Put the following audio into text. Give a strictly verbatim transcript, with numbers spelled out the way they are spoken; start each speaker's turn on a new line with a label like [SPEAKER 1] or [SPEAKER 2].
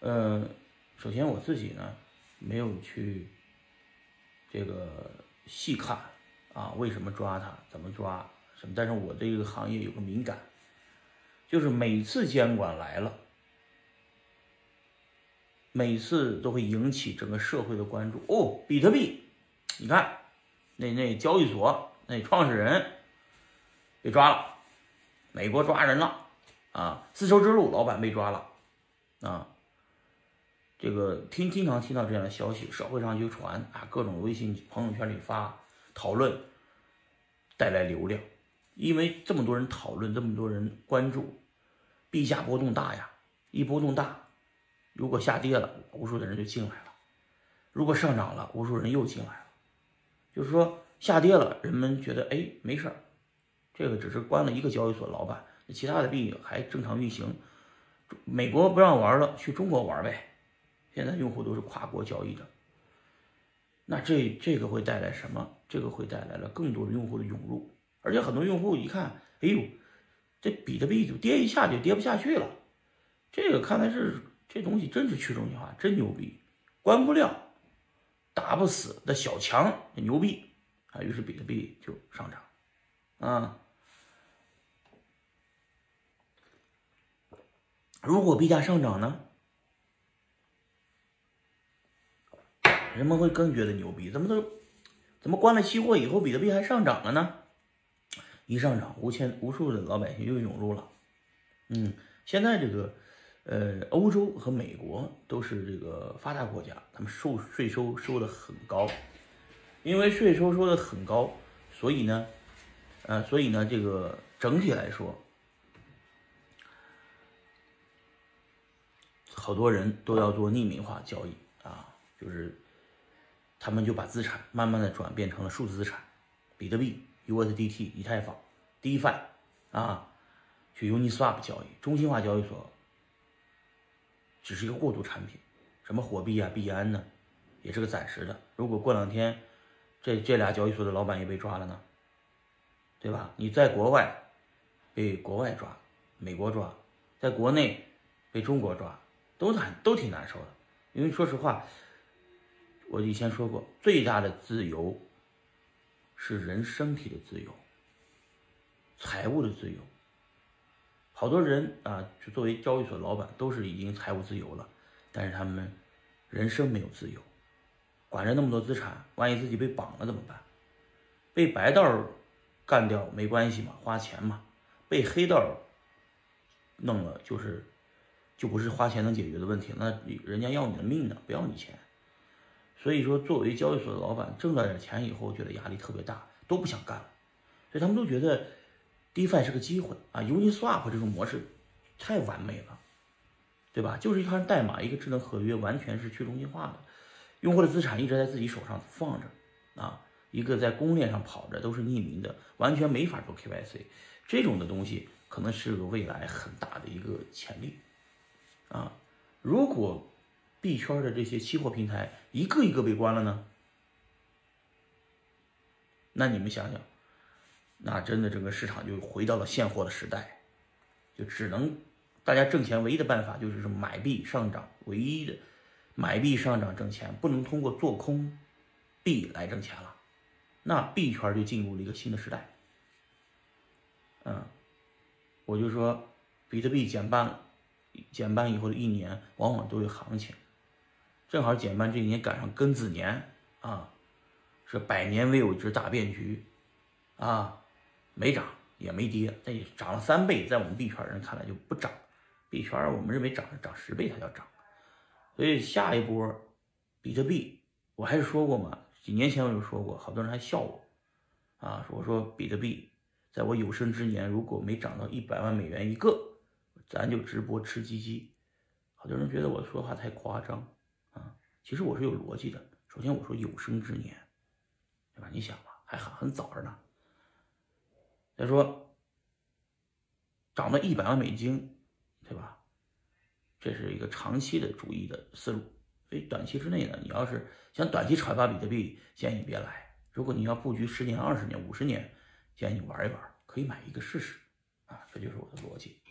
[SPEAKER 1] 呃，首先我自己呢没有去这个细看啊，为什么抓它，怎么抓什么，但是我对这个行业有个敏感，就是每次监管来了，每次都会引起整个社会的关注。哦，比特币，你看那那交易所那创始人被抓了，美国抓人了啊，丝绸之路老板被抓了啊。这个听经常听到这样的消息，社会上就传啊，各种微信朋友圈里发讨论，带来流量，因为这么多人讨论，这么多人关注，币价波动大呀，一波动大，如果下跌了，无数的人就进来了；如果上涨了，无数人又进来了。就是说下跌了，人们觉得哎没事儿，这个只是关了一个交易所老板，其他的币还正常运行。美国不让玩了，去中国玩呗。现在用户都是跨国交易的，那这这个会带来什么？这个会带来了更多的用户的涌入，而且很多用户一看，哎呦，这比特币就跌一下就跌不下去了，这个看来是这东西真是去中心化，真牛逼，关不了，打不死的小强牛逼啊！于是比特币就上涨啊。如果币价上涨呢？人们会更觉得牛逼，怎么都怎么关了期货以后，比特币还上涨了呢？一上涨，无千无数的老百姓又涌入了。嗯，现在这个呃，欧洲和美国都是这个发达国家，他们收税收收的很高，因为税收收的很高，所以呢，呃，所以呢，这个整体来说，好多人都要做匿名化交易啊，就是。他们就把资产慢慢的转变成了数字资产，比特币、U S D T、以太坊、DeFi 啊，去 Uniswap 交易，中心化交易所只是一个过渡产品，什么火币啊、币安呢，也是个暂时的。如果过两天这这俩交易所的老板也被抓了呢，对吧？你在国外被国外抓，美国抓，在国内被中国抓，都很都挺难受的，因为说实话。我以前说过，最大的自由是人身体的自由，财务的自由。好多人啊，就作为交易所老板，都是已经财务自由了，但是他们人生没有自由，管着那么多资产，万一自己被绑了怎么办？被白道干掉没关系嘛，花钱嘛；被黑道弄了，就是就不是花钱能解决的问题，那人家要你的命呢，不要你钱。所以说，作为交易所的老板，挣到点钱以后，觉得压力特别大，都不想干了。所以他们都觉得 DeFi 是个机会啊 ，Uniswap 这种模式太完美了，对吧？就是一串代码，一个智能合约，完全是去中心化的，用户的资产一直在自己手上放着啊，一个在公链上跑着，都是匿名的，完全没法做 K Y C。这种的东西可能是个未来很大的一个潜力啊，如果币圈的这些期货平台一个一个被关了呢？那你们想想，那真的整个市场就回到了现货的时代，就只能大家挣钱唯一的办法就是买币上涨，唯一的买币上涨挣钱，不能通过做空币来挣钱了。那币圈就进入了一个新的时代。嗯，我就说，比特币减半了，减半以后的一年往往都有行情。正好减半这一年赶上庚子年啊，是百年未有之大变局啊，没涨也没跌，但也涨了三倍，在我们币圈人看来就不涨，币圈我们认为涨涨十倍才叫涨，所以下一波比特币，我还是说过嘛，几年前我就说过，好多人还笑我啊，我说比特币在我有生之年如果没涨到一百万美元一个，咱就直播吃鸡鸡，好多人觉得我说话太夸张。啊，其实我是有逻辑的。首先我说有生之年，对吧？你想吧，还很很早着呢。再说涨到一百万美金，对吧？这是一个长期的主义的思路。所以短期之内呢，你要是想短期炒一把比特币，建议别来。如果你要布局十年、二十年、五十年，建议你玩一玩，可以买一个试试。啊，这就是我的逻辑。